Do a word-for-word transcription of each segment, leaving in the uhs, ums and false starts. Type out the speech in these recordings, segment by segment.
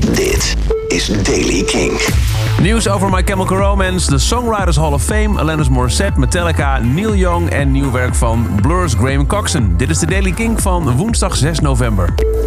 Dit is Daily Kink. Nieuws over My Chemical Romance, de Songwriters Hall of Fame, Alanis Morissette, Metallica, Neil Young en nieuw werk van Blur's Graham Coxon. Dit is de Daily Kink van woensdag zes november.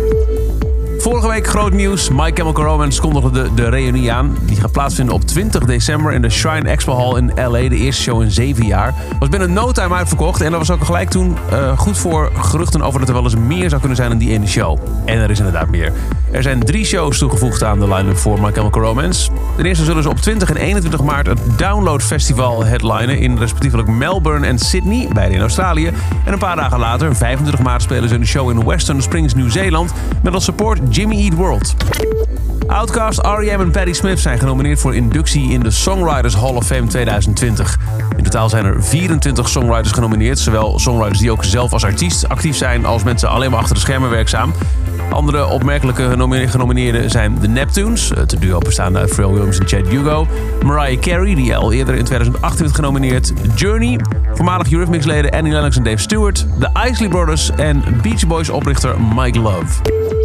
Vorige week groot nieuws. My Chemical Romance kondigde de, de reunie aan. Die gaat plaatsvinden op twintig december in de Shrine Expo Hall in L A. De eerste show in zeven jaar. Was binnen no time uitverkocht. En dat was ook gelijk toen uh, goed voor geruchten over dat er wel eens meer zou kunnen zijn dan die ene show. En er is inderdaad meer. Er zijn drie shows toegevoegd aan de line-up voor My Chemical Romance. Ten eerste zullen ze op twintig en eenentwintig maart het Download Festival headlinen in respectievelijk Melbourne en Sydney, beide in Australië. En een paar dagen later, vijfentwintig maart, spelen ze een show in Western Springs, Nieuw-Zeeland met als support Jimmy Eat World. Outkast, R E M en Patti Smith zijn genomineerd voor inductie in de Songwriters Hall of Fame tweeduizend twintig. In totaal zijn er vierentwintig songwriters genomineerd. Zowel songwriters die ook zelf als artiest actief zijn als mensen alleen maar achter de schermen werkzaam. Andere opmerkelijke genomineerden zijn de Neptunes, het duo bestaande uit Pharrell Williams en Chad Hugo. Mariah Carey, die al eerder in tweeduizend achttien werd genomineerd. Journey, voormalig Eurythmics-leden Annie Lennox en Dave Stewart. De Isley Brothers en Beach Boys oprichter Mike Love.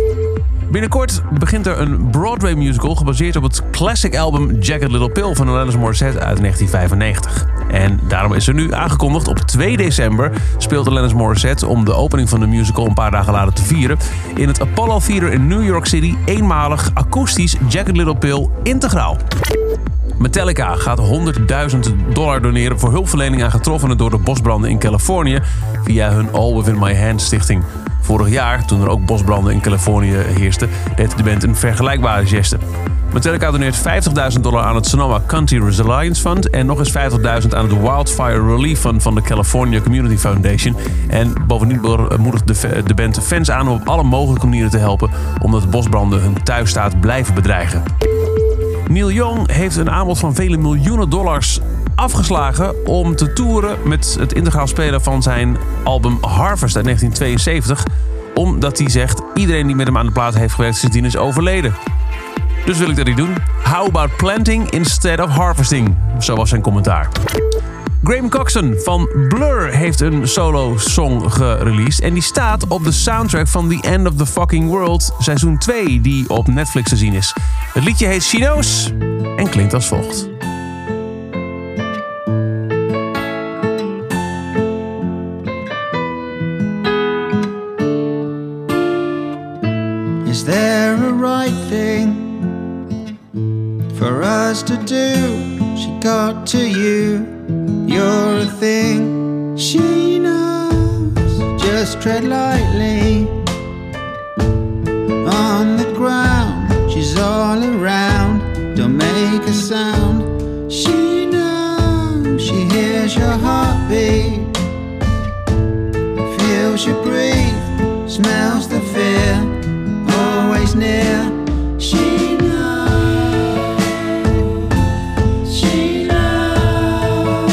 Binnenkort begint er een Broadway musical gebaseerd op het classic album Jagged Little Pill van Alanis Morissette uit negentien vijfennegentig. En daarom is er nu aangekondigd op twee december speelt Alanis Morissette om de opening van de musical een paar dagen later te vieren in het Apollo Theater in New York City eenmalig akoestisch Jagged Little Pill integraal. Metallica gaat honderdduizend dollar doneren voor hulpverlening aan getroffenen door de bosbranden in Californië via hun All Within My Hands stichting. Vorig jaar, toen er ook bosbranden in Californië heersten, deed de band een vergelijkbare geste. Metallica doneert vijftigduizend dollar aan het Sonoma County Resilience Fund en nog eens vijftigduizend aan het Wildfire Relief Fund van de California Community Foundation. En bovendien moedigt de, de band fans aan om op alle mogelijke manieren te helpen omdat de bosbranden hun thuisstaat blijven bedreigen. Neil Young heeft een aanbod van vele miljoenen dollars afgeslagen om te toeren met het integraal spelen van zijn album Harvest uit negentien tweeënzeventig. Omdat hij zegt, iedereen die met hem aan de plaat heeft gewerkt sindsdien is overleden. Dus wil ik dat niet doen. How about planting instead of harvesting? Zo was zijn commentaar. Graham Coxon van Blur heeft een solo-song gereleased en die staat op de soundtrack van The End of the Fucking World seizoen twee die op Netflix te zien is. Het liedje heet She Knows en klinkt als volgt. Is there a right thing for us to do? She got to you, you're a thing. She knows, just tread lightly on the ground. She's all around, don't make a sound. She knows, she hears your heartbeat, feels you breathe, smells the fear, always near. She knows, she knows,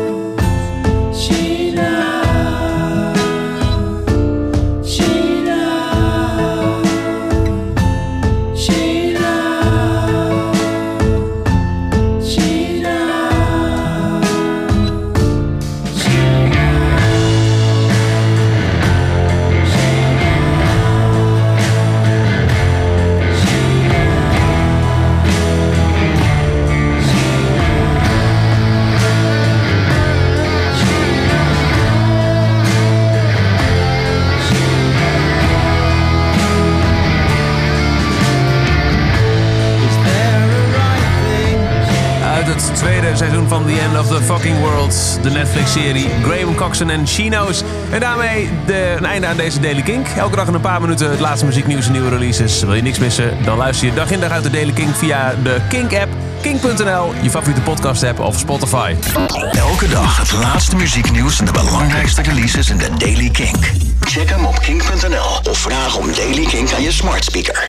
she knows, she knows, she knows, she knows, she Het tweede seizoen van The End of the Fucking World, de Netflix-serie Graham Coxon en She Knows. En daarmee de, een einde aan deze Daily Kink. Elke dag in een paar minuten het laatste muzieknieuws en nieuwe releases. Wil je niks missen? Dan luister je dag in dag uit de Daily Kink via de Kink-app, kink punt n l, je favoriete podcast-app of Spotify. Elke dag het laatste muzieknieuws en de belangrijkste releases in de Daily Kink. Check hem op kink punt n l of vraag om Daily Kink aan je smart speaker.